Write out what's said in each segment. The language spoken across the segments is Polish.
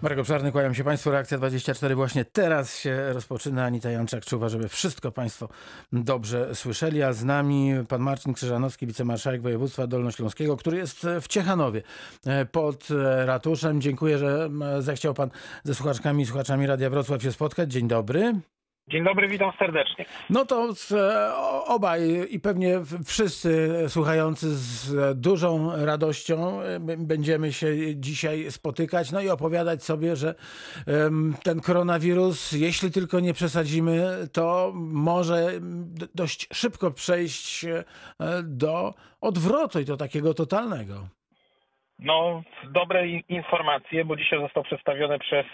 Marek Obszarny, kłaniam się Państwu. Reakcja 24 właśnie teraz się rozpoczyna. Anita Janczak czuwa, żeby wszystko Państwo dobrze słyszeli. A z nami pan Marcin Krzyżanowski, wicemarszałek województwa dolnośląskiego, który jest w Ciechanowie pod ratuszem. Dziękuję, że zechciał pan ze słuchaczkami i słuchaczami Radia Wrocław się spotkać. Dzień dobry. Dzień dobry, witam serdecznie. No to obaj i pewnie wszyscy słuchający z dużą radością będziemy się dzisiaj spotykać, no i opowiadać sobie, że ten koronawirus, jeśli tylko nie przesadzimy, to może dość szybko przejść do odwrotu i do takiego totalnego. No, dobre informacje, bo dzisiaj został przedstawiony przez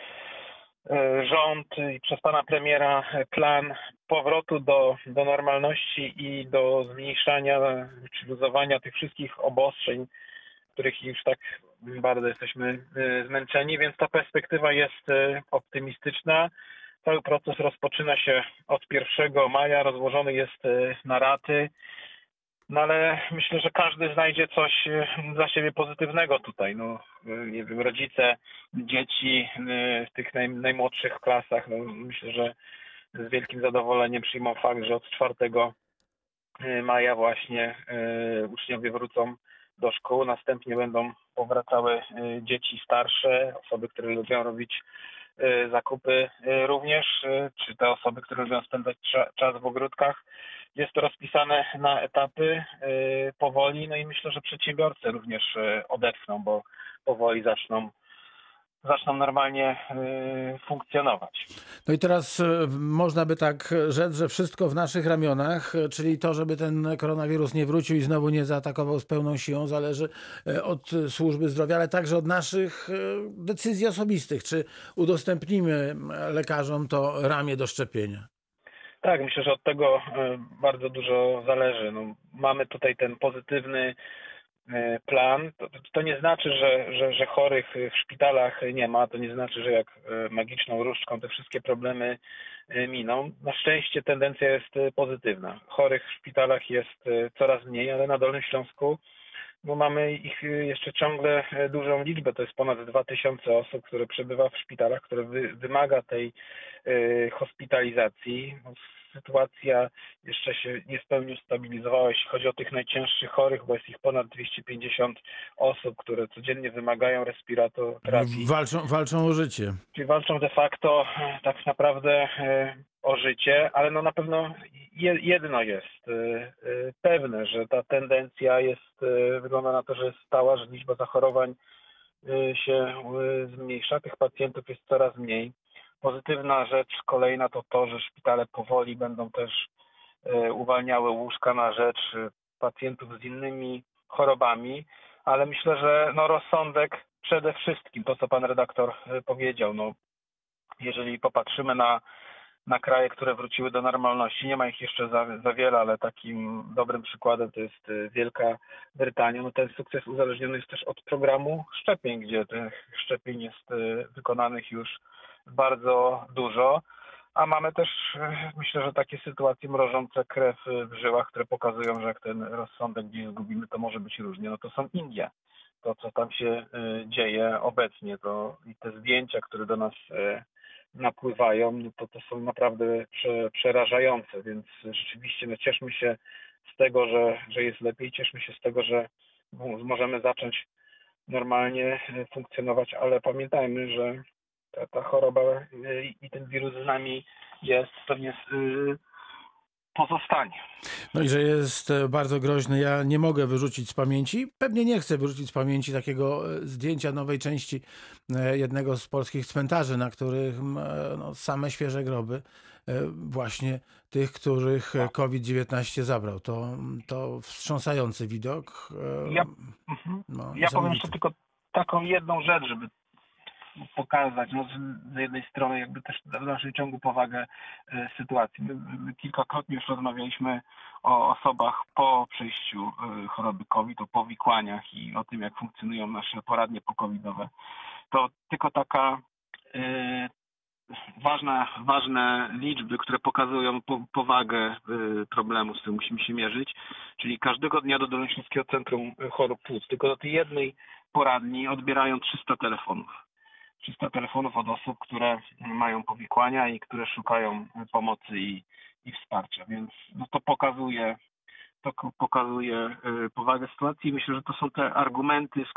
rząd i przez pana premiera plan powrotu do normalności i do zmniejszania czy luzowania tych wszystkich obostrzeń, których już tak bardzo jesteśmy zmęczeni, więc ta perspektywa jest optymistyczna. Cały proces rozpoczyna się od 1 maja, rozłożony jest na raty. No ale myślę, że każdy znajdzie coś dla siebie pozytywnego tutaj. No, nie wiem, rodzice, dzieci w tych najmłodszych klasach, no, myślę, że z wielkim zadowoleniem przyjmą fakt, że od 4 maja właśnie uczniowie wrócą do szkół. Następnie będą powracały dzieci starsze, osoby, które lubią robić zakupy również, czy te osoby, które lubią spędzać czas w ogródkach. Jest to rozpisane na etapy powoli, no i myślę, że przedsiębiorcy również odetchną, bo powoli zaczną normalnie funkcjonować. No i teraz można by tak rzec, że wszystko w naszych ramionach, czyli to, żeby ten koronawirus nie wrócił i znowu nie zaatakował z pełną siłą, zależy od służby zdrowia, ale także od naszych decyzji osobistych. Czy udostępnimy lekarzom to ramię do szczepienia? Tak, myślę, że od tego bardzo dużo zależy. No, mamy tutaj ten pozytywny plan. To nie znaczy, że chorych w szpitalach nie ma. To nie znaczy, że jak magiczną różdżką te wszystkie problemy miną. Na szczęście tendencja jest pozytywna. Chorych w szpitalach jest coraz mniej, ale na Dolnym Śląsku mamy ich jeszcze ciągle dużą liczbę. To jest ponad 2000 osób, które przebywa w szpitalach, które wymaga tej hospitalizacji. Sytuacja jeszcze się nie w pełni ustabilizowała, jeśli chodzi o tych najcięższych chorych, bo jest ich ponad 250 osób, które codziennie wymagają respiratorterapii. Walczą o życie. Czyli walczą de facto tak naprawdę o życie, ale no na pewno jedno jest pewne, że ta tendencja wygląda na to, że jest stała, że liczba zachorowań się zmniejsza, tych pacjentów jest coraz mniej. Pozytywna rzecz kolejna to to, że szpitale powoli będą też uwalniały łóżka na rzecz pacjentów z innymi chorobami, ale myślę, że rozsądek przede wszystkim, to co pan redaktor powiedział, jeżeli popatrzymy na kraje, które wróciły do normalności, nie ma ich jeszcze za wiele, ale takim dobrym przykładem to jest Wielka Brytania. Ten sukces uzależniony jest też od programu szczepień, gdzie tych szczepień jest wykonanych już bardzo dużo, a mamy też, myślę, że takie sytuacje mrożące krew w żyłach, które pokazują, że jak ten rozsądek gdzieś zgubimy, to może być różnie. To są Indie. To, co tam się dzieje obecnie, to i te zdjęcia, które do nas napływają, to są naprawdę przerażające, więc rzeczywiście cieszmy się z tego, że jest lepiej, cieszmy się z tego, że możemy zacząć normalnie funkcjonować, ale pamiętajmy, że ta choroba i ten wirus z nami jest, pewnie pozostanie. No i że jest bardzo groźny. Ja nie mogę wyrzucić z pamięci, pewnie nie chcę wyrzucić z pamięci takiego zdjęcia nowej części jednego z polskich cmentarzy, na których same świeże groby właśnie tych, których COVID-19 zabrał. To wstrząsający widok. Ja powiem jeszcze tylko taką jedną rzecz, żeby pokazać z jednej strony jakby też w naszym ciągu powagę sytuacji. My kilkakrotnie już rozmawialiśmy o osobach po przejściu choroby COVID, o powikłaniach i o tym, jak funkcjonują nasze poradnie pokowidowe. To tylko taka ważne liczby, które pokazują powagę problemu, z którym musimy się mierzyć, czyli każdego dnia do Dolnośląskiego Centrum Chorób Płuc tylko do tej jednej poradni odbierają 300 telefonów. 300 telefonów od osób, które mają powikłania i które szukają pomocy i wsparcia, więc no, to pokazuje powagę sytuacji. Myślę, że to są te argumenty,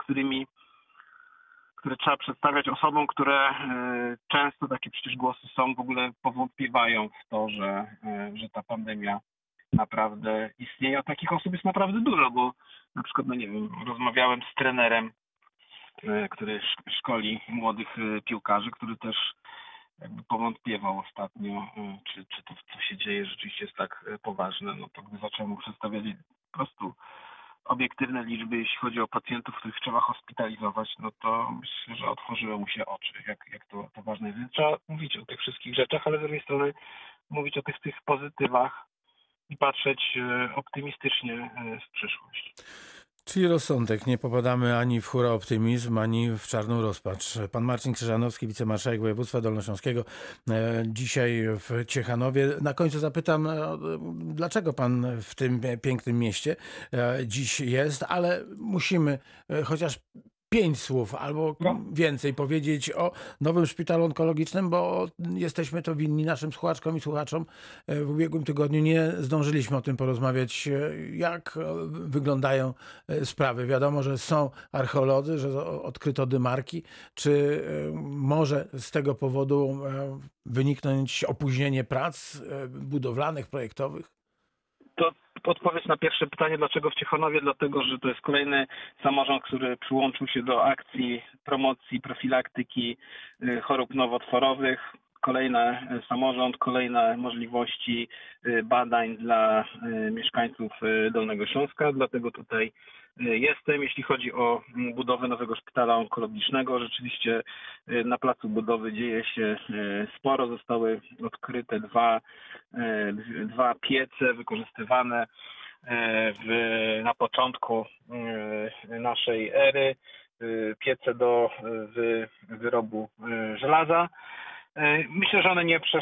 które trzeba przedstawiać osobom, które często, takie przecież głosy są, w ogóle powątpiewają w to, że ta pandemia naprawdę istnieje. A takich osób jest naprawdę dużo, bo na przykład, no nie wiem, rozmawiałem z trenerem, który szkoli młodych piłkarzy, który też jakby powątpiewał ostatnio, czy to, co się dzieje, rzeczywiście jest tak poważne. No to gdy zacząłem mu przedstawiać po prostu obiektywne liczby, jeśli chodzi o pacjentów, których trzeba hospitalizować, no to myślę, że otworzyły mu się oczy, jak to ważne jest. Więc trzeba mówić o tych wszystkich rzeczach, ale z drugiej strony mówić o tych pozytywach i patrzeć optymistycznie w przyszłość. Czyli rozsądek. Nie popadamy ani w hura optymizm, ani w czarną rozpacz. Pan Marcin Krzyżanowski, wicemarszałek województwa dolnośląskiego, dzisiaj w Ciechanowie. Na końcu zapytam, dlaczego pan w tym pięknym mieście dziś jest, ale musimy chociaż 5 słów albo więcej powiedzieć o nowym szpitalu onkologicznym, bo jesteśmy to winni naszym słuchaczkom i słuchaczom. W ubiegłym tygodniu nie zdążyliśmy o tym porozmawiać, jak wyglądają sprawy. Wiadomo, że są archeolodzy, że odkryto dymarki. Czy może z tego powodu wyniknąć opóźnienie prac budowlanych, projektowych? To odpowiedź na pierwsze pytanie, dlaczego w Ciechanowie? Dlatego, że to jest kolejny samorząd, który przyłączył się do akcji promocji, profilaktyki chorób nowotworowych. Kolejny samorząd, kolejne możliwości badań dla mieszkańców Dolnego Śląska. Dlatego tutaj jestem. Jeśli chodzi o budowę nowego szpitala onkologicznego, rzeczywiście na placu budowy dzieje się sporo. Zostały odkryte dwa piece wykorzystywane na początku naszej ery. Piece do wyrobu żelaza. Myślę, że one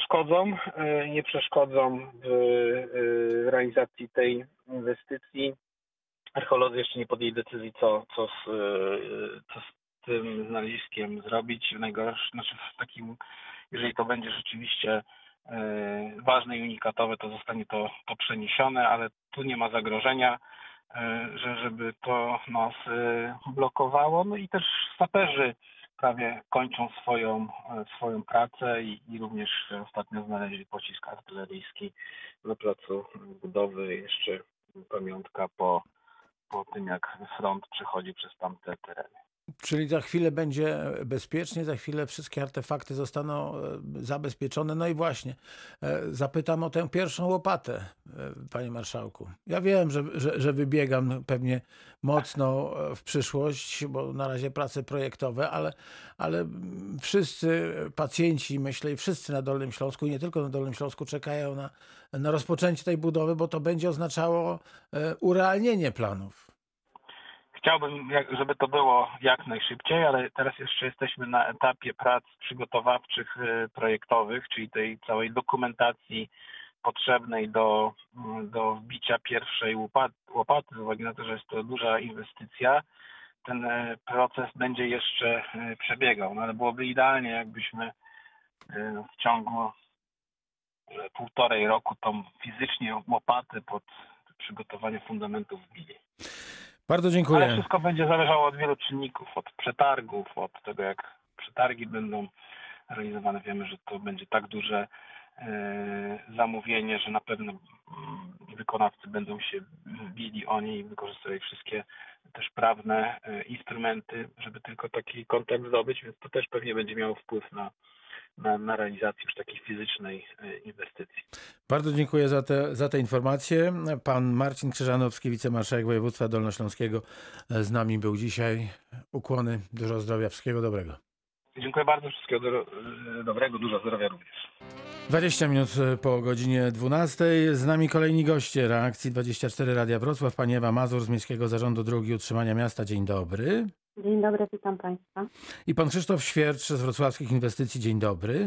nie przeszkodzą w realizacji tej inwestycji. Archeolodzy jeszcze nie podjęli decyzji, co z tym znaleziskiem zrobić. Jeżeli to będzie rzeczywiście ważne i unikatowe, to zostanie to przeniesione, ale tu nie ma zagrożenia, żeby to nas blokowało. No i też saperzy prawie kończą swoją pracę i również ostatnio znaleźli pocisk artyleryjski na placu budowy. Jeszcze pamiątka po tym, jak front przechodzi przez tamte tereny. Czyli za chwilę będzie bezpiecznie, za chwilę wszystkie artefakty zostaną zabezpieczone. No i właśnie, zapytam o tę pierwszą łopatę, panie marszałku. Ja wiem, że wybiegam pewnie mocno w przyszłość, bo na razie prace projektowe, ale wszyscy pacjenci, myślę, i wszyscy na Dolnym Śląsku, i nie tylko na Dolnym Śląsku, czekają na rozpoczęcie tej budowy, bo to będzie oznaczało urealnienie planów. Chciałbym, żeby to było jak najszybciej, ale teraz jeszcze jesteśmy na etapie prac przygotowawczych, projektowych, czyli tej całej dokumentacji potrzebnej do wbicia pierwszej łopaty, z uwagi na to, że jest to duża inwestycja. Ten proces będzie jeszcze przebiegał, no ale byłoby idealnie, jakbyśmy w ciągu 1,5 roku tą fizycznie łopatę pod przygotowanie fundamentów wbili. Bardzo dziękuję. Ale wszystko będzie zależało od wielu czynników, od przetargów, od tego, jak przetargi będą realizowane. Wiemy, że to będzie tak duże zamówienie, że na pewno wykonawcy będą się bili o nie i wykorzystali wszystkie też prawne instrumenty, żeby tylko taki kontakt zdobyć, więc to też pewnie będzie miało wpływ na realizację już takiej fizycznej inwestycji. Bardzo dziękuję za te informacje. Pan Marcin Krzyżanowski, wicemarszałek województwa dolnośląskiego, z nami był dzisiaj. Ukłony, dużo zdrowia, wszystkiego dobrego. Dziękuję bardzo, wszystkiego dobrego, dużo zdrowia również. 20 minut po godzinie 12. Z nami kolejni goście Reakcji 24 Radia Wrocław. Pani Ewa Mazur z Miejskiego Zarządu Dróg i Utrzymania Miasta. Dzień dobry. Dzień dobry, witam Państwa. I pan Krzysztof Świercz z Wrocławskich Inwestycji. Dzień dobry.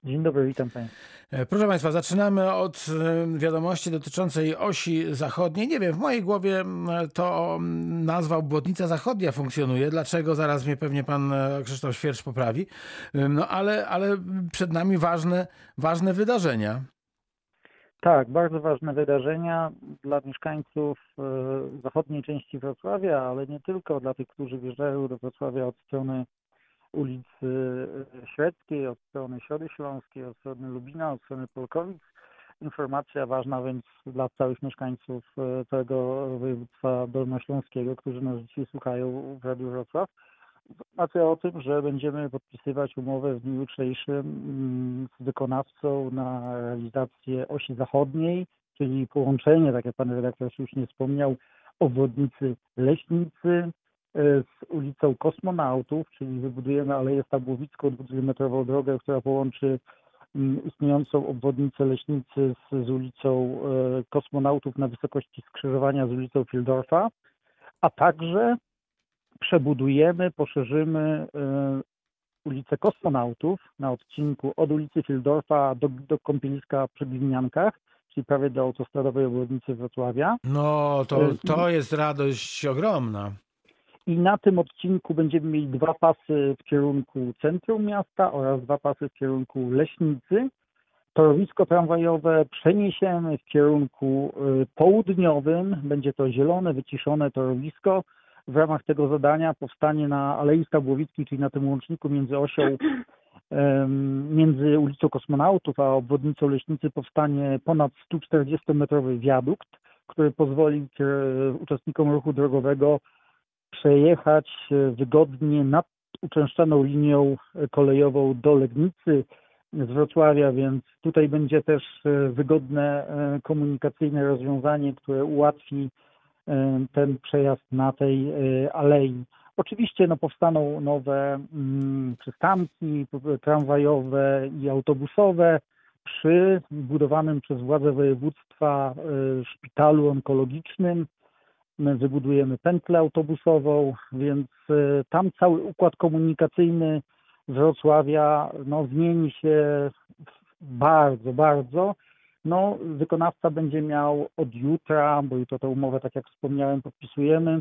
Dzień dobry, witam Państwa. Proszę Państwa, zaczynamy od wiadomości dotyczącej osi zachodniej. Nie wiem, w mojej głowie to nazwa obwodnica zachodnia funkcjonuje. Dlaczego? Zaraz mnie pewnie pan Krzysztof Świercz poprawi. No ale przed nami ważne wydarzenia. Tak, bardzo ważne wydarzenia dla mieszkańców zachodniej części Wrocławia, ale nie tylko, dla tych, którzy wjeżdżają do Wrocławia od strony ulicy Średzkiej, od strony Środy Śląskiej, od strony Lubina, od strony Polkowic. Informacja ważna więc dla całych mieszkańców całego województwa dolnośląskiego, którzy nas dzisiaj słuchają w Radiu Wrocław. Informacja o tym, że będziemy podpisywać umowę w dniu jutrzejszym z wykonawcą na realizację osi zachodniej, czyli połączenie, tak jak pan redaktor słusznie wspomniał, obwodnicy Leśnicy z ulicą Kosmonautów, czyli wybudujemy Aleję Stabłowicką, 2-kilometrową drogę, która połączy istniejącą obwodnicę Leśnicy z ulicą Kosmonautów na wysokości skrzyżowania z ulicą Fieldorfa, a także przebudujemy, poszerzymy ulicę Kosmonautów na odcinku od ulicy Fieldorfa do kąpieliska przy Gliniankach, czyli prawie do autostradowej obwodnicy Wrocławia. No to jest radość ogromna. I na tym odcinku będziemy mieli 2 pasy w kierunku centrum miasta oraz 2 pasy w kierunku Leśnicy. Torowisko tramwajowe przeniesiemy w kierunku południowym. Będzie to zielone, wyciszone torowisko. W ramach tego zadania powstanie na Alei Stabłowickiej, czyli na tym łączniku między osią, między ulicą Kosmonautów a obwodnicą Leśnicy, powstanie ponad 140-metrowy wiadukt, który pozwoli uczestnikom ruchu drogowego przejechać wygodnie nad uczęszczaną linią kolejową do Legnicy z Wrocławia, więc tutaj będzie też wygodne komunikacyjne rozwiązanie, które ułatwi ten przejazd na tej alei. Oczywiście powstaną nowe przystanki tramwajowe i autobusowe przy budowanym przez władze województwa szpitalu onkologicznym. My wybudujemy pętlę autobusową, więc tam cały układ komunikacyjny Wrocławia zmieni się bardzo, bardzo. Wykonawca będzie miał od jutra, bo jutro tę umowę, tak jak wspomniałem, podpisujemy,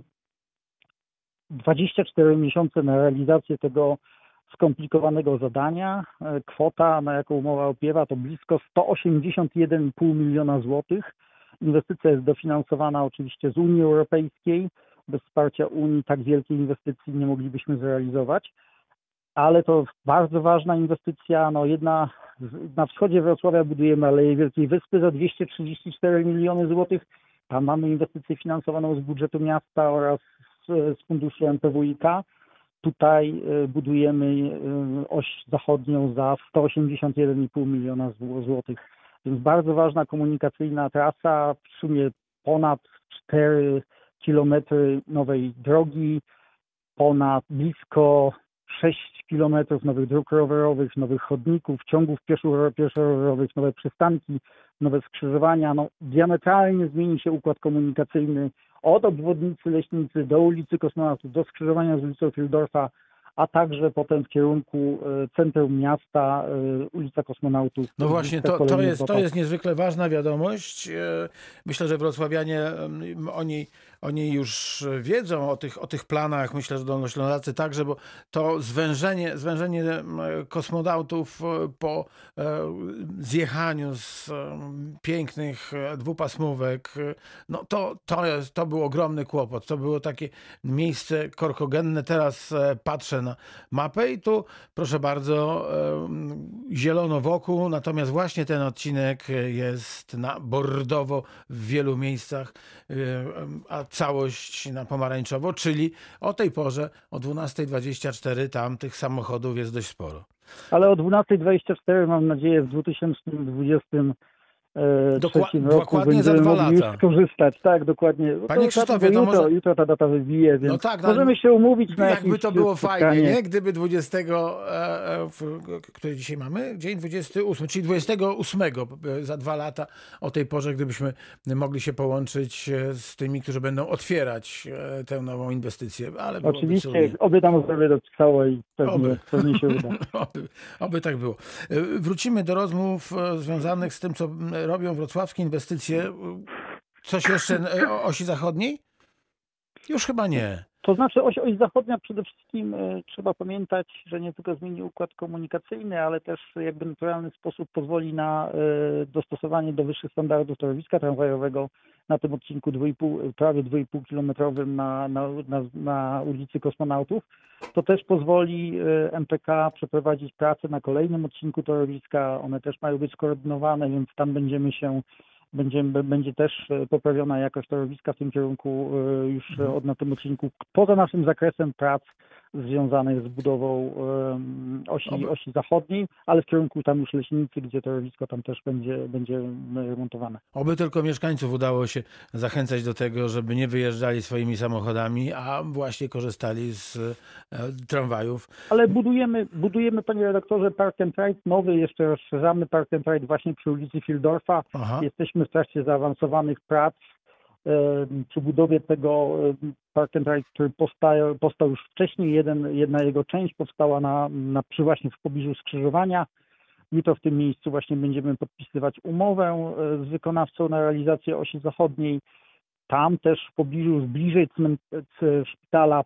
24 miesiące na realizację tego skomplikowanego zadania. Kwota, na jaką umowa opiewa, to blisko 181,5 miliona złotych. Inwestycja jest dofinansowana oczywiście z Unii Europejskiej. Bez wsparcia Unii tak wielkiej inwestycji nie moglibyśmy zrealizować. Ale to bardzo ważna inwestycja. Jedna na wschodzie Wrocławia budujemy Aleję Wielkiej Wyspy za 234 miliony złotych. Tam mamy inwestycję finansowaną z budżetu miasta oraz z funduszu MPWiK. Tutaj budujemy oś zachodnią za 181,5 miliona złotych. Więc bardzo ważna komunikacyjna trasa, w sumie ponad 4 kilometry nowej drogi, ponad blisko 6 kilometrów nowych dróg rowerowych, nowych chodników, ciągów pieszo-rowerowych, nowe przystanki, nowe skrzyżowania. Diametralnie zmieni się układ komunikacyjny od obwodnicy Leśnicy do ulicy Kosmonautów, do skrzyżowania z ulicą Fieldorfa, a także potem w kierunku centrum miasta, ulica Kosmonautów. No właśnie, to jest niezwykle ważna wiadomość. Myślę, że wrocławianie o niej już wiedzą, o tych planach. Myślę, że dolnoślązacy także, bo to zwężenie kosmonautów po zjechaniu z pięknych dwupasmówek, to był ogromny kłopot. To było takie miejsce korkogenne. Teraz patrzę na mapę i tu, proszę bardzo, zielono wokół, natomiast właśnie ten odcinek jest na bordowo w wielu miejscach, a całość na pomarańczowo, czyli o tej porze, o 12:24 tam tych samochodów jest dość sporo. Ale o 12:24 mam nadzieję w 2020 2023 roku dokładnie za będziemy 2 mogli lata. już skorzystać. Tak, dokładnie. Panie Krzysztofie, to może... jutro ta data wybije, więc No tak, możemy się umówić na jakby jakieś to było spotkanie. fajnie, nie? Gdyby 20, który dzisiaj mamy? Dzień 28, czyli 28 za 2 lata o tej porze, gdybyśmy mogli się połączyć z tymi, którzy będą otwierać tę nową inwestycję. Ale Oczywiście, cudnie. oby tam zdrowie dopisało i Oby. pewnie się uda. Oby tak było. Wrócimy do rozmów związanych z tym, co robią wrocławskie inwestycje. Coś jeszcze o osi zachodniej? Już chyba nie. To znaczy oś zachodnia przede wszystkim trzeba pamiętać, że nie tylko zmieni układ komunikacyjny, ale też jakby naturalny sposób pozwoli na dostosowanie do wyższych standardów torowiska tramwajowego na tym odcinku prawie 2,5 kilometrowym na ulicy Kosmonautów. To też pozwoli MPK przeprowadzić pracę na kolejnym odcinku torowiska. One też mają być skoordynowane, więc tam będzie też poprawiona jakość torowiska w tym kierunku już na tym odcinku, poza naszym zakresem prac związanych z budową osi zachodniej, ale w kierunku tam już Leśnicy, gdzie torowisko tam też będzie remontowane. Oby tylko mieszkańców udało się zachęcać do tego, żeby nie wyjeżdżali swoimi samochodami, a właśnie korzystali z tramwajów. Ale budujemy, panie redaktorze, Park and Ride nowy, jeszcze rozszerzamy Park and Ride właśnie przy ulicy Fieldorfa. Aha. Jesteśmy w trakcie zaawansowanych prac przy budowie tego Park and Ride, który powstał już wcześniej. Jedna jego część powstała właśnie w pobliżu skrzyżowania. Jutro w tym miejscu właśnie będziemy podpisywać umowę z wykonawcą na realizację osi zachodniej. Tam też w pobliżu, bliżej szpitala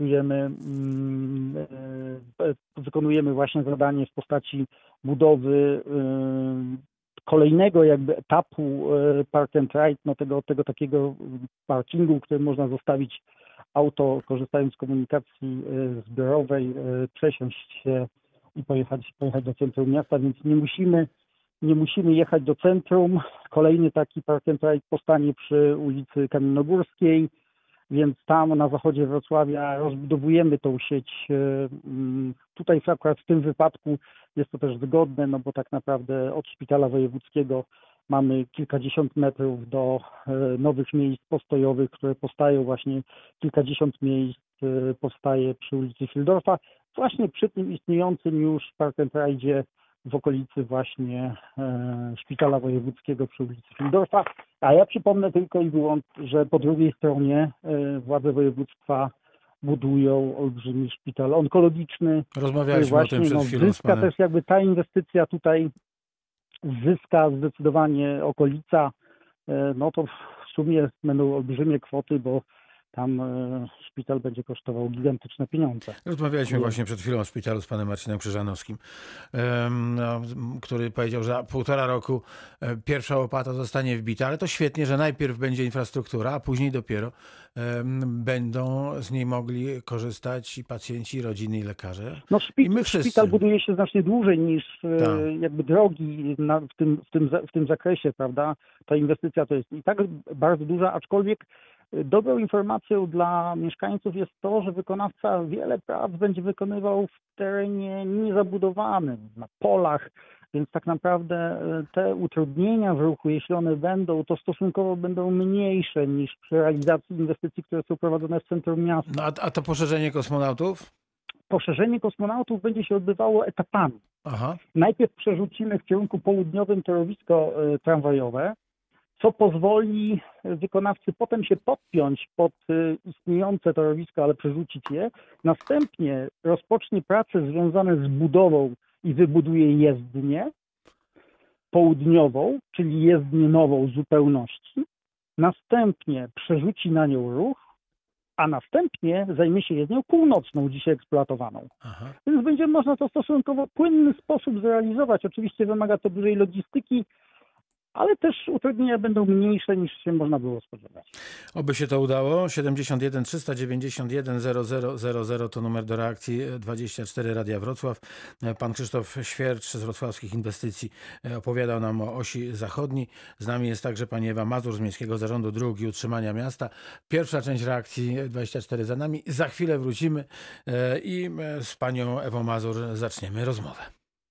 wykonujemy właśnie zadanie w postaci budowy kolejnego jakby etapu Park and Ride, no tego takiego parkingu, który można zostawić auto, korzystając z komunikacji zbiorowej, przesiąść się i pojechać do centrum miasta, więc nie musimy jechać do centrum. Kolejny taki Park and Ride powstanie przy ulicy Kamiennogórskiej, więc tam na zachodzie Wrocławia rozbudowujemy tą sieć. Tutaj akurat w tym wypadku jest to też wygodne, no bo tak naprawdę od szpitala wojewódzkiego mamy kilkadziesiąt metrów do nowych miejsc postojowych, które powstają właśnie, kilkadziesiąt miejsc powstaje przy ulicy Fieldorfa, właśnie przy tym istniejącym już Park and Ride'zie w okolicy właśnie szpitala wojewódzkiego przy ulicy Fieldorfa. A ja przypomnę tylko i wyłącznie, że po drugiej stronie władze województwa budują olbrzymi szpital onkologiczny. Rozmawialiśmy właśnie, o tym przed chwilą z zyska panem. też jakby ta inwestycja tutaj, zyska zdecydowanie okolica. No to w sumie będą olbrzymie kwoty, bo tam szpital będzie kosztował gigantyczne pieniądze. Rozmawialiśmy właśnie przed chwilą o szpitalu z panem Marcinem Krzyżanowskim, który powiedział, że za 1,5 roku pierwsza łopata zostanie wbita, ale to świetnie, że najpierw będzie infrastruktura, a później dopiero będą z niej mogli korzystać i pacjenci, i rodziny, i lekarze. No I my wszyscy. Szpital buduje się znacznie dłużej niż jakby drogi w tym zakresie, prawda? Ta inwestycja to jest i tak bardzo duża, aczkolwiek dobrą informacją dla mieszkańców jest to, że wykonawca wiele prac będzie wykonywał w terenie niezabudowanym, na polach, więc tak naprawdę te utrudnienia w ruchu, jeśli one będą, to stosunkowo będą mniejsze niż przy realizacji inwestycji, które są prowadzone w centrum miasta. No, a to poszerzenie kosmonautów? Poszerzenie kosmonautów będzie się odbywało etapami. Aha. Najpierw przerzucimy w kierunku południowym torowisko tramwajowe, co pozwoli wykonawcy potem się podpiąć pod istniejące torowisko, ale przerzucić je. Następnie rozpocznie pracę związane z budową i wybuduje jezdnię południową, czyli jezdnię nową w zupełności. Następnie przerzuci na nią ruch, a następnie zajmie się jezdnią północną, dzisiaj eksploatowaną. Aha. Więc będzie można to w stosunkowo płynny sposób zrealizować. Oczywiście wymaga to dużej logistyki, ale też utrudnienia będą mniejsze niż się można było spodziewać. Oby się to udało. 71 391 0000 to numer do reakcji 24 Radia Wrocław. Pan Krzysztof Świercz z Wrocławskich Inwestycji opowiadał nam o osi zachodniej. Z nami jest także pani Ewa Mazur z Miejskiego Zarządu Dróg i Utrzymania Miasta. Pierwsza część reakcji 24 za nami. Za chwilę wrócimy i z panią Ewą Mazur zaczniemy rozmowę.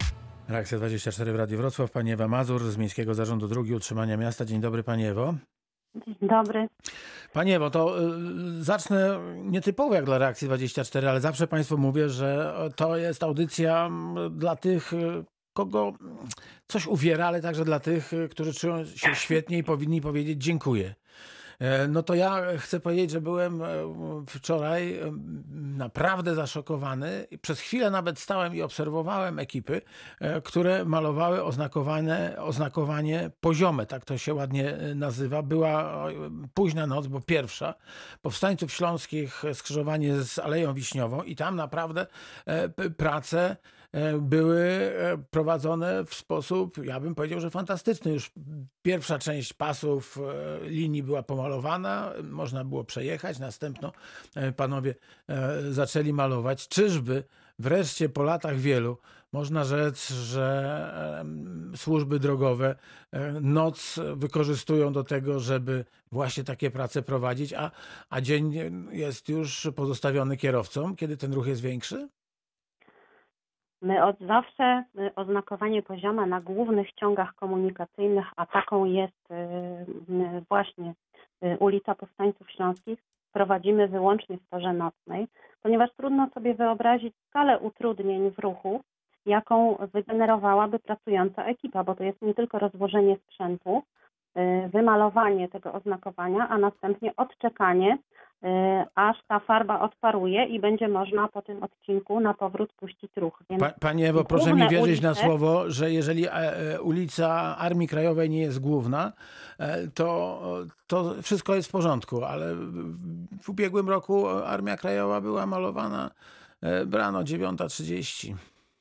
Reakcja 24 w Radiu Wrocław. Pani Ewa Mazur z Miejskiego Zarządu Dróg i Utrzymania Miasta. Dzień dobry, Pani Ewo. Dzień dobry. Pani Ewo, to zacznę nietypowo jak dla Reakcji 24, ale zawsze Państwu mówię, że to jest audycja dla tych, kogo coś uwiera, ale także dla tych, którzy czują się świetnie i powinni powiedzieć dziękuję. No to ja chcę powiedzieć, że byłem wczoraj naprawdę zaszokowany. Przez chwilę nawet stałem i obserwowałem ekipy, które malowały oznakowanie poziome, tak to się ładnie nazywa. Była późna noc, bo pierwsza, Powstańców Śląskich, skrzyżowanie z Aleją Wiśniową i tam naprawdę prace były prowadzone w sposób, ja bym powiedział, że fantastyczny. Już pierwsza część pasów linii była pomalowana, można było przejechać, następno panowie zaczęli malować. Czyżby wreszcie po latach wielu można rzec, że służby drogowe noc wykorzystują do tego, żeby właśnie takie prace prowadzić, a dzień jest już pozostawiony kierowcom, kiedy ten ruch jest większy? My od zawsze oznakowanie poziome na głównych ciągach komunikacyjnych, a taką jest właśnie ulica Powstańców Śląskich, prowadzimy wyłącznie w porze nocnej, ponieważ trudno sobie wyobrazić skalę utrudnień w ruchu, jaką wygenerowałaby pracująca ekipa, bo to jest nie tylko rozłożenie sprzętu, wymalowanie tego oznakowania, a następnie odczekanie, aż ta farba odparuje i będzie można po tym odcinku na powrót puścić ruch. Więc Pani Ewo, proszę mi wierzyć na słowo, że jeżeli ulica Armii Krajowej nie jest główna, to wszystko jest w porządku, ale w ubiegłym roku Armia Krajowa była malowana rano 9:30.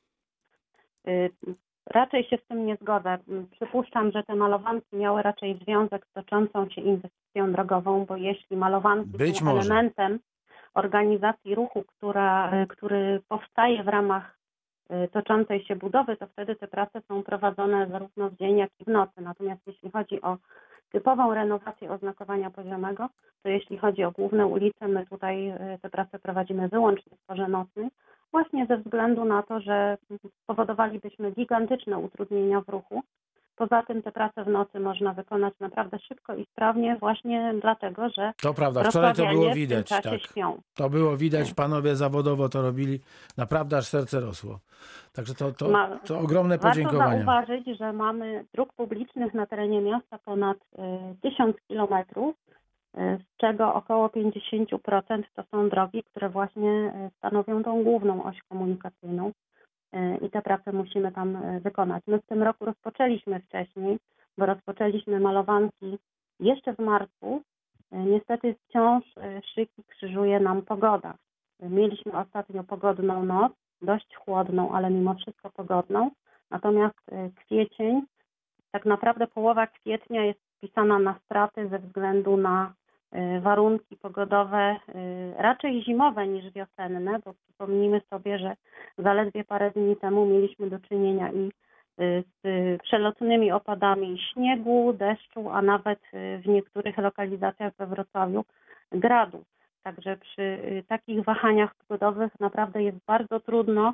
Raczej się z tym nie zgodzę. Przypuszczam, że te malowanki miały raczej związek z toczącą się inwestycją drogową, bo jeśli malowanki są elementem organizacji ruchu, który powstaje w ramach toczącej się budowy, to wtedy te prace są prowadzone zarówno w dzień, jak i w nocy. Natomiast jeśli chodzi o typową renowację oznakowania poziomego, to jeśli chodzi o główne ulice, my tutaj te prace prowadzimy wyłącznie w porze nocnej, właśnie ze względu na to, że spowodowalibyśmy gigantyczne utrudnienia w ruchu. Poza tym te prace w nocy można wykonać naprawdę szybko i sprawnie właśnie dlatego, że to prawda, wczoraj to było widać, w tym czasie śpią. To było widać, panowie zawodowo to robili, naprawdę aż serce rosło. Także to ogromne podziękowania. Warto zauważyć, że mamy dróg publicznych na terenie miasta ponad 1000 kilometrów, z czego około 50% to są drogi, które właśnie stanowią tą główną oś komunikacyjną i te prace musimy tam wykonać. My w tym roku rozpoczęliśmy wcześniej, bo rozpoczęliśmy malowanki jeszcze w marcu. Niestety wciąż szyki krzyżuje nam pogoda. Mieliśmy ostatnio pogodną noc, dość chłodną, ale mimo wszystko pogodną. Natomiast kwiecień, tak naprawdę połowa kwietnia jest wpisana na straty ze względu na warunki pogodowe raczej zimowe niż wiosenne, bo przypomnijmy sobie, że zaledwie parę dni temu mieliśmy do czynienia i z przelotnymi opadami śniegu, deszczu, a nawet w niektórych lokalizacjach we Wrocławiu gradu. Także przy takich wahaniach pogodowych naprawdę jest bardzo trudno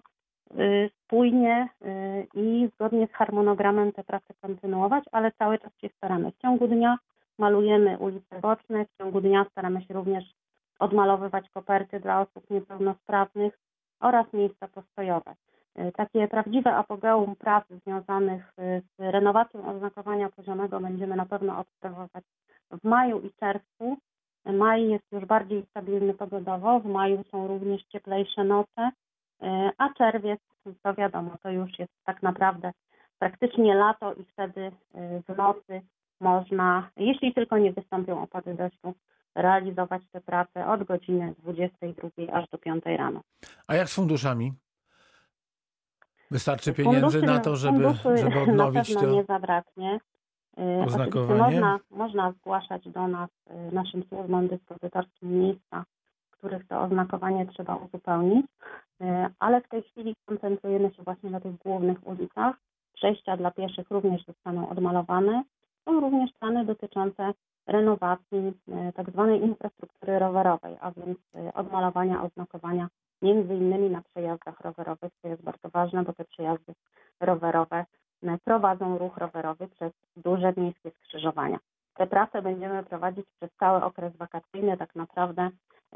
spójnie i zgodnie z harmonogramem te prace kontynuować, ale cały czas się staramy. W ciągu dnia malujemy ulice boczne, w ciągu dnia staramy się również odmalowywać koperty dla osób niepełnosprawnych oraz miejsca postojowe. Takie prawdziwe apogeum prac związanych z renowacją oznakowania poziomego będziemy na pewno obserwować w maju i czerwcu. Maj jest już bardziej stabilny pogodowo, w maju są również cieplejsze noce, a czerwiec, to wiadomo, to już jest tak naprawdę praktycznie lato i wtedy w nocy można, jeśli tylko nie wystąpią opady deszczu, realizować te prace od godziny 22 aż do 5 rano. A jak z funduszami? Wystarczy pieniędzy na to, żeby odnowić na pewno nie zabraknie. oznakowanie? Można zgłaszać do nas, naszym służbom dyspozytorskim miejsca, w których to oznakowanie trzeba uzupełnić, ale w tej chwili koncentrujemy się właśnie na tych głównych ulicach. Przejścia dla pieszych również zostaną odmalowane. Są również plany dotyczące renowacji tak zwanej infrastruktury rowerowej, a więc odmalowania oznakowania między innymi na przejazdach rowerowych, co jest bardzo ważne, bo te przejazdy rowerowe prowadzą ruch rowerowy przez duże miejskie skrzyżowania. Te prace będziemy prowadzić przez cały okres wakacyjny. Tak naprawdę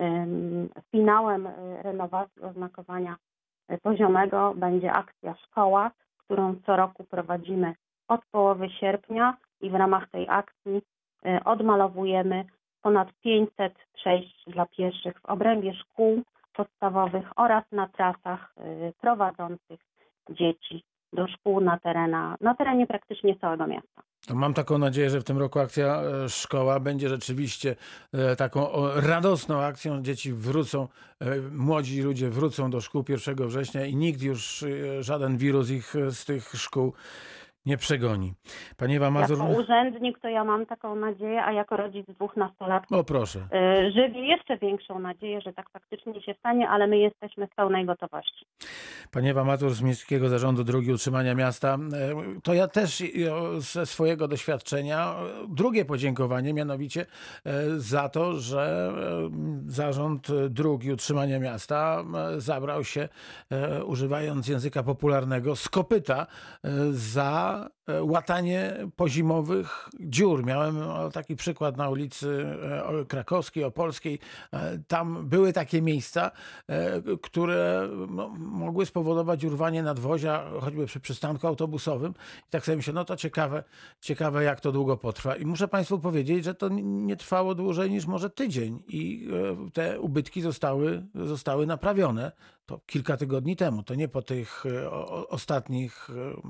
finałem renowacji oznakowania poziomego będzie akcja Szkoła, którą co roku prowadzimy od połowy sierpnia i w ramach tej akcji odmalowujemy ponad 500 przejść dla pieszych w obrębie szkół podstawowych oraz na trasach prowadzących dzieci do szkół na terenie praktycznie całego miasta. To mam taką nadzieję, że w tym roku akcja Szkoła będzie rzeczywiście taką radosną akcją. Dzieci wrócą, młodzi ludzie wrócą do szkół 1 września i nikt już, żaden wirus ich z tych szkół nie przegoni. Pani Ewa Mazur... Jako urzędnik to ja mam taką nadzieję, a jako rodzic 2 nastolatków O proszę. żywię jeszcze większą nadzieję, że tak faktycznie się stanie, ale my jesteśmy w pełnej gotowości. Pani Ewa Mazur z Miejskiego Zarządu Dróg Utrzymania Miasta. To ja też ze swojego doświadczenia drugie podziękowanie, mianowicie za to, że Zarząd Dróg i Utrzymania Miasta zabrał się, używając języka popularnego, z kopyta za łatanie pozimowych dziur. Miałem taki przykład na ulicy Krakowskiej, Opolskiej. Tam były takie miejsca, które mogły spowodować urwanie nadwozia, choćby przy przystanku autobusowym. I tak sobie myślę, no to ciekawe jak to długo potrwa. I muszę Państwu powiedzieć, że to nie trwało dłużej niż może tydzień i te ubytki zostały naprawione. To kilka tygodni temu. To nie po tych ostatnich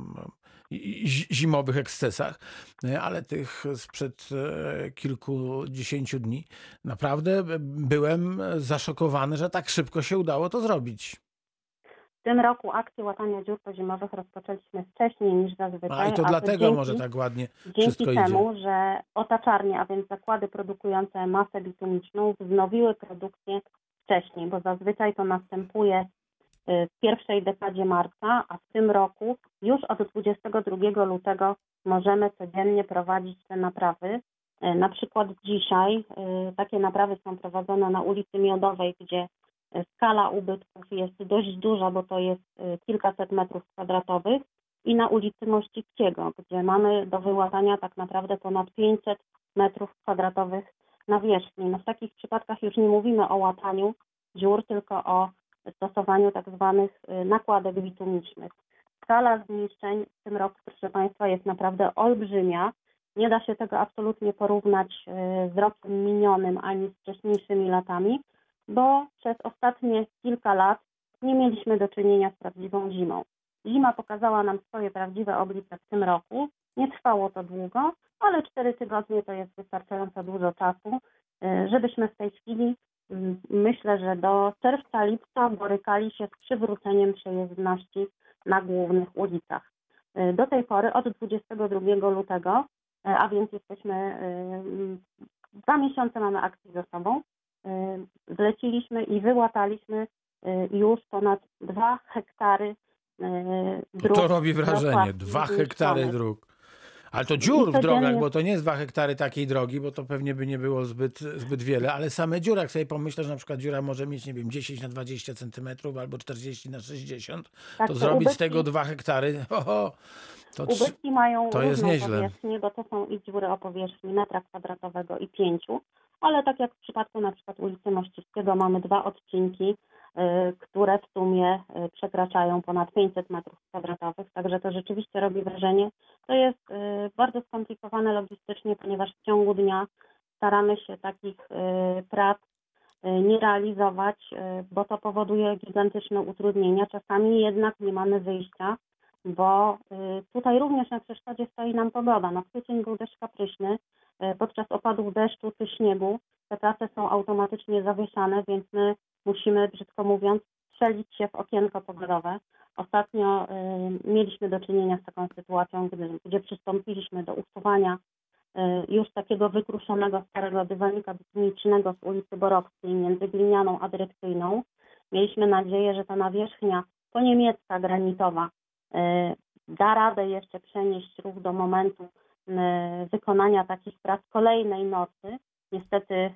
zimowych ekscesach, ale tych sprzed kilkudziesięciu dni. Naprawdę byłem zaszokowany, że tak szybko się udało to zrobić. W tym roku akcję łatania dziur pozimowych rozpoczęliśmy wcześniej niż zazwyczaj. I to dlatego może tak ładnie wszystko idzie. Dzięki temu, że otaczarnie, a więc zakłady produkujące masę bitumiczną wznowiły produkcję wcześniej, bo zazwyczaj to następuje w pierwszej dekadzie marca, a w tym roku już od 22 lutego możemy codziennie prowadzić te naprawy. Na przykład dzisiaj takie naprawy są prowadzone na ulicy Miodowej, gdzie skala ubytków jest dość duża, bo to jest kilkaset metrów kwadratowych, i na ulicy Mościckiego, gdzie mamy do wyłatania tak naprawdę ponad 500 metrów kwadratowych nawierzchni. No w takich przypadkach już nie mówimy o łataniu dziur, tylko o stosowaniu tak zwanych nakładek bitumicznych. Skala zniszczeń w tym roku, proszę Państwa, jest naprawdę olbrzymia. Nie da się tego absolutnie porównać z rokiem minionym ani z wcześniejszymi latami, bo przez ostatnie kilka lat nie mieliśmy do czynienia z prawdziwą zimą. Zima pokazała nam swoje prawdziwe oblicze w tym roku. Nie trwało to długo, ale 4 tygodnie to jest wystarczająco dużo czasu, żebyśmy w tej chwili, myślę, że do czerwca, lipca borykali się z przywróceniem przejezdności na głównych ulicach. Do tej pory, od 22 lutego, a więc jesteśmy 2 miesiące mamy akcji za sobą, zleciliśmy i wyłataliśmy już ponad 2 hektary dróg. To robi wrażenie, 2 hektary dróg. Ale to dziur w drogach, bo to nie jest 2 hektary takiej drogi, bo to pewnie by nie było zbyt wiele, ale same dziury, jak sobie pomyślę, że na przykład dziura może mieć, nie wiem, 10 na 20 centymetrów albo 40 na 60, tak, to zrobić z tego 2 hektary, ubytki mają to jest różną nieźle. powierzchnię, bo to są i dziury o powierzchni metra kwadratowego i 5, ale tak jak w przypadku na przykład ulicy Mościckiego mamy 2 odcinki, które w sumie przekraczają ponad 500 metrów kwadratowych, także to rzeczywiście robi wrażenie. To jest bardzo skomplikowane logistycznie, ponieważ w ciągu dnia staramy się takich prac nie realizować, bo to powoduje gigantyczne utrudnienia. Czasami jednak nie mamy wyjścia, bo tutaj również na przeszkodzie stoi nam pogoda. No, kwiecień był dość kapryśny. Podczas opadów deszczu czy śniegu te prace są automatycznie zawieszane, więc my musimy, brzydko mówiąc, strzelić się w okienko pogodowe. Ostatnio mieliśmy do czynienia z taką sytuacją, gdzie przystąpiliśmy do usuwania już takiego wykruszonego starego dywanika bitumicznego z ulicy Borowskiej między Glinianą a Dyrekcyjną. Mieliśmy nadzieję, że ta nawierzchnia poniemiecka, granitowa da radę jeszcze przenieść ruch do momentu wykonania takich prac kolejnej nocy. Niestety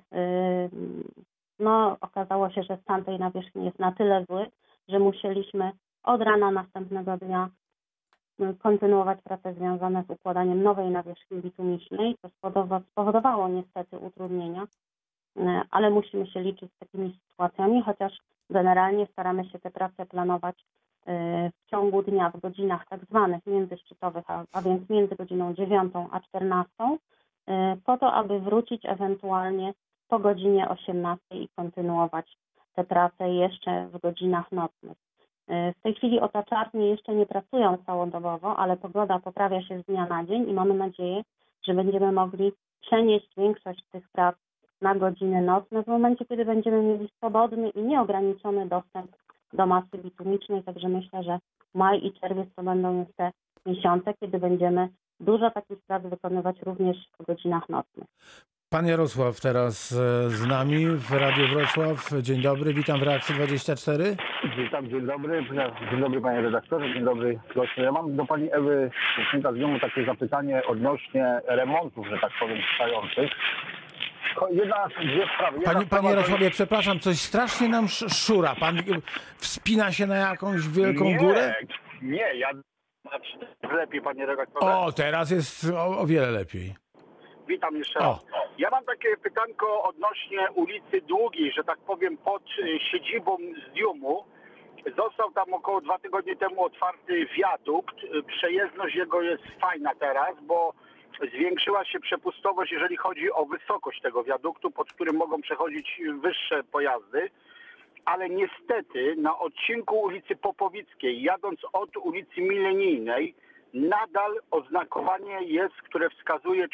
okazało się, że stan tej nawierzchni jest na tyle zły, że musieliśmy od rana następnego dnia kontynuować prace związane z układaniem nowej nawierzchni bitumicznej. To spowodowało niestety utrudnienia, ale musimy się liczyć z takimi sytuacjami, chociaż generalnie staramy się te prace planować w ciągu dnia w godzinach tak zwanych międzyszczytowych, a więc między godziną 9 a 14, po to, aby wrócić ewentualnie po godzinie 18 i kontynuować te prace jeszcze w godzinach nocnych. W tej chwili otaczarnie jeszcze nie pracują całodobowo, ale pogoda poprawia się z dnia na dzień i mamy nadzieję, że będziemy mogli przenieść większość tych prac na godziny nocne w momencie, kiedy będziemy mieli swobodny i nieograniczony dostęp do masy bitumicznej. Także myślę, że maj i czerwiec to będą już te miesiące, kiedy będziemy dużo takich prac wykonywać również w godzinach nocnych. Pan Jarosław teraz z nami w Radiu Wrocław. Dzień dobry, witam w Reakcji 24. Witam, dzień dobry. Dzień dobry panie redaktorze, dzień dobry gościu. Ja mam do pani Ewy z takie zapytanie odnośnie remontów, że tak powiem, trwających. Dwie sprawy. Panie Jarosławie, przepraszam, coś strasznie nam szura. Pan wspina się na jakąś wielką górę? Nie, ja lepiej panie redaktorze. O, teraz jest o wiele lepiej. Witam jeszcze raz. Ja mam takie pytanko odnośnie ulicy Długiej, że tak powiem pod siedzibą Zdiumu. Został tam około 2 tygodnie temu otwarty wiadukt. Przejezdność jego jest fajna teraz, bo zwiększyła się przepustowość, jeżeli chodzi o wysokość tego wiaduktu, pod którym mogą przechodzić wyższe pojazdy. Ale niestety na odcinku ulicy Popowickiej, jadąc od ulicy Milenijnej, nadal oznakowanie jest, które wskazuje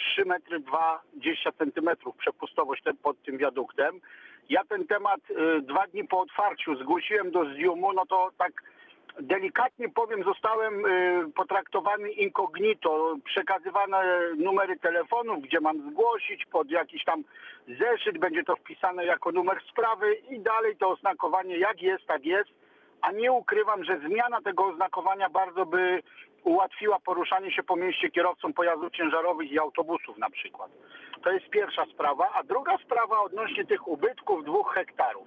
3,20 m przepustowość pod tym wiaduktem. Ja ten temat 2 dni po otwarciu zgłosiłem do Zdiumu, no to tak delikatnie powiem, zostałem potraktowany incognito, przekazywane numery telefonów, gdzie mam zgłosić, pod jakiś tam zeszyt, będzie to wpisane jako numer sprawy i dalej to oznakowanie jak jest, tak jest, a nie ukrywam, że zmiana tego oznakowania bardzo by ułatwiła poruszanie się po mieście kierowcom pojazdów ciężarowych i autobusów na przykład. To jest pierwsza sprawa, a druga sprawa odnośnie tych ubytków 2 hektarów.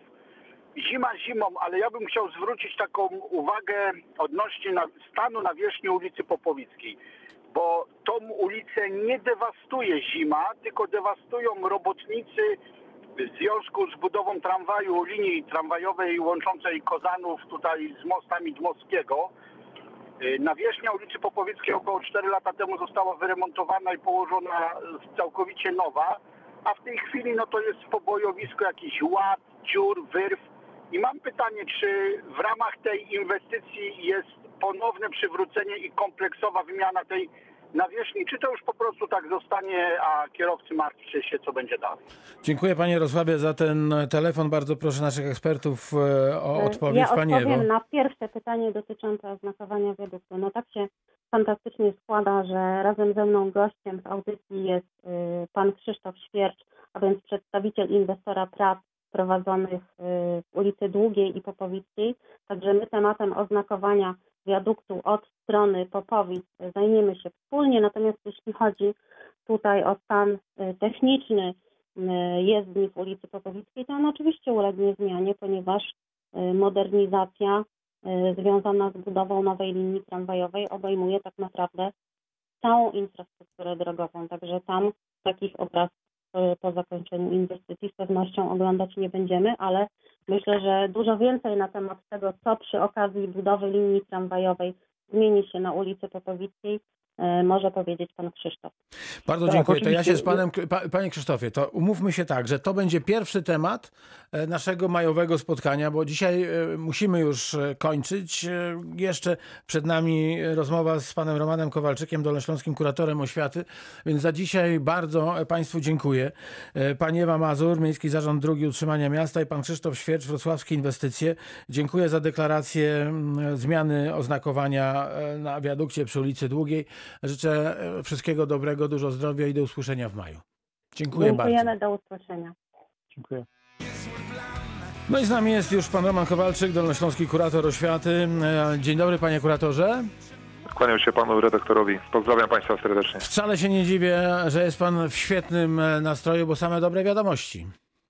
Zima zimą, ale ja bym chciał zwrócić taką uwagę odnośnie stanu nawierzchni ulicy Popowickiej, bo tą ulicę nie dewastuje zima, tylko dewastują robotnicy w związku z budową tramwaju, linii tramwajowej łączącej Kozanów tutaj z mostami Dmowskiego. Nawierzchnia ulicy Popowickiej około 4 lata temu została wyremontowana i położona całkowicie nowa, a w tej chwili no to jest pobojowisko, jakiś ład, dziur, wyrw. I mam pytanie, czy w ramach tej inwestycji jest ponowne przywrócenie i kompleksowa wymiana tej nawierzchni, czy to już po prostu tak zostanie, a kierowcy martwią się, co będzie dalej? Dziękuję panie Jarosławie za ten telefon. Bardzo proszę naszych ekspertów o odpowiedź. Ja Pani odpowiem Ewo. na pierwsze pytanie dotyczące oznakowania wiaduktu. No tak się fantastycznie składa, że razem ze mną gościem w audycji jest pan Krzysztof Świercz, a więc przedstawiciel inwestora prac prowadzonych w ulicy Długiej i Popowickiej. Także my tematem oznakowania wiaduktu od strony Popowic zajmiemy się wspólnie. Natomiast jeśli chodzi tutaj o stan techniczny jezdni w ulicy Popowickiej, to on oczywiście ulegnie zmianie, ponieważ modernizacja związana z budową nowej linii tramwajowej obejmuje tak naprawdę całą infrastrukturę drogową. Także tam takich obrazów po zakończeniu inwestycji z pewnością oglądać nie będziemy, ale myślę, że dużo więcej na temat tego, co przy okazji budowy linii tramwajowej zmieni się na ulicy Popowickiej, może powiedzieć pan Krzysztof. Bardzo dziękuję. To ja się z panem, panie Krzysztofie, to umówmy się tak, że to będzie pierwszy temat naszego majowego spotkania, bo dzisiaj musimy już kończyć. Jeszcze przed nami rozmowa z panem Romanem Kowalczykiem, dolnośląskim kuratorem oświaty, więc za dzisiaj bardzo państwu dziękuję. Pani Ewa Mazur, Miejski Zarząd Dróg i Utrzymania Miasta i pan Krzysztof Świercz, Wrocławskie Inwestycje. Dziękuję za deklarację zmiany oznakowania na wiadukcie przy ulicy Długiej. Życzę wszystkiego dobrego, dużo zdrowia i do usłyszenia w maju. Dziękuję bardzo. Dziękujemy, do usłyszenia. Dziękuję. No i z nami jest już pan Roman Kowalczyk, dolnośląski kurator oświaty. Dzień dobry panie kuratorze. Kłaniam się panu redaktorowi. Pozdrawiam państwa serdecznie. Wcale się nie dziwię, że jest pan w świetnym nastroju, bo same dobre wiadomości.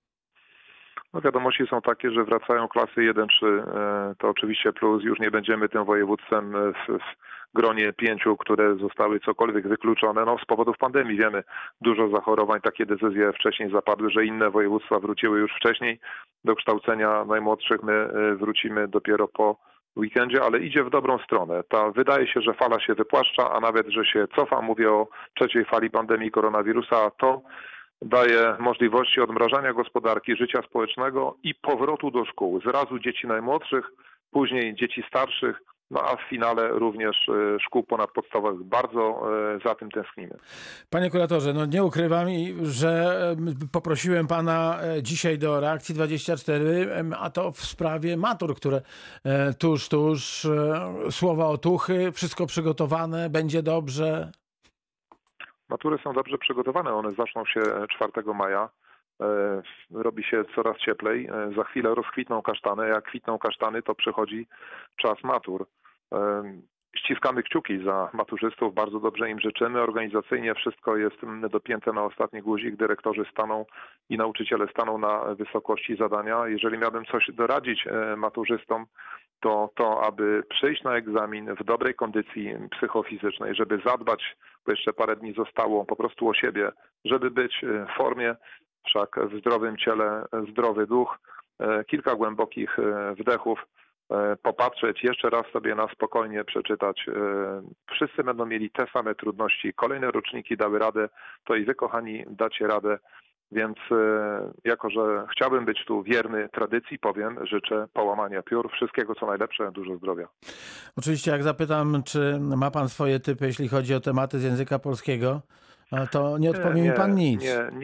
No wiadomości są takie, że wracają klasy 1-3. To oczywiście plus. Już nie będziemy tym województwem gronie 5, które zostały cokolwiek wykluczone. No, z powodów pandemii wiemy, dużo zachorowań, takie decyzje wcześniej zapadły, że inne województwa wróciły już wcześniej do kształcenia najmłodszych. My wrócimy dopiero po weekendzie, ale idzie w dobrą stronę. Wydaje się, że fala się wypłaszcza, a nawet, że się cofa. Mówię o trzeciej fali pandemii koronawirusa. To daje możliwości odmrażania gospodarki, życia społecznego i powrotu do szkół. Zrazu dzieci najmłodszych, później dzieci starszych, no a w finale również szkół ponadpodstawowych. Bardzo za tym tęsknimy. Panie kuratorze, no nie ukrywam, że poprosiłem pana dzisiaj do Reakcji 24, a to w sprawie matur, które tuż, słowa otuchy, wszystko przygotowane, będzie dobrze. Matury są dobrze przygotowane, one zaczną się 4 maja. Robi się coraz cieplej, za chwilę rozkwitną kasztany, jak kwitną kasztany, to przychodzi czas matur. Ściskamy kciuki za maturzystów, bardzo dobrze im życzymy. Organizacyjnie wszystko jest dopięte na ostatni guzik, dyrektorzy staną i nauczyciele staną na wysokości zadania. Jeżeli miałbym coś doradzić maturzystom, to aby przyjść na egzamin w dobrej kondycji psychofizycznej, żeby zadbać, bo jeszcze parę dni zostało, po prostu o siebie, żeby być w formie, wszak w zdrowym ciele zdrowy duch, kilka głębokich wdechów, popatrzeć, jeszcze raz sobie na spokojnie przeczytać. Wszyscy będą mieli te same trudności. Kolejne roczniki dały radę, to i wy, kochani, dacie radę. Więc jako, że chciałbym być tu wierny tradycji, powiem, życzę połamania piór, wszystkiego co najlepsze, dużo zdrowia. Oczywiście jak zapytam, czy ma pan swoje typy, jeśli chodzi o tematy z języka polskiego, to nie odpowie mi pan nic.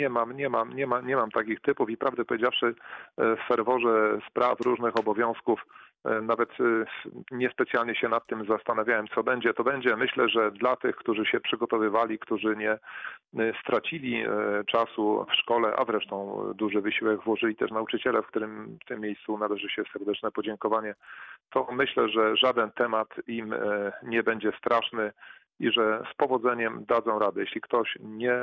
Nie mam takich typów i prawdę powiedziawszy w ferworze spraw, różnych obowiązków nawet niespecjalnie się nad tym zastanawiałem, co będzie, to będzie. Myślę, że dla tych, którzy się przygotowywali, którzy nie stracili czasu w szkole, a zresztą duży wysiłek włożyli też nauczyciele, w tym miejscu należy się serdeczne podziękowanie, to myślę, że żaden temat im nie będzie straszny i że z powodzeniem dadzą radę. Jeśli ktoś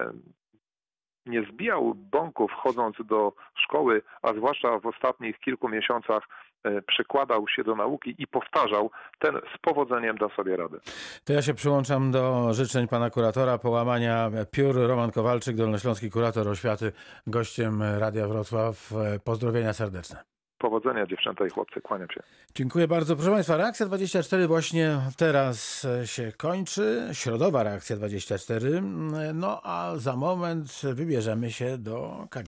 nie zbijał bąków chodząc do szkoły, a zwłaszcza w ostatnich kilku miesiącach przykładał się do nauki i powtarzał, ten z powodzeniem da sobie radę. To ja się przyłączam do życzeń pana kuratora połamania piór. Roman Kowalczyk, dolnośląski kurator oświaty, gościem Radia Wrocław. Pozdrowienia serdeczne. Powodzenia dziewczęta i chłopcy, kłaniam się. Dziękuję bardzo. Proszę państwa, Reakcja 24 właśnie teraz się kończy. Środowa Reakcja 24. No a za moment wybierzemy się do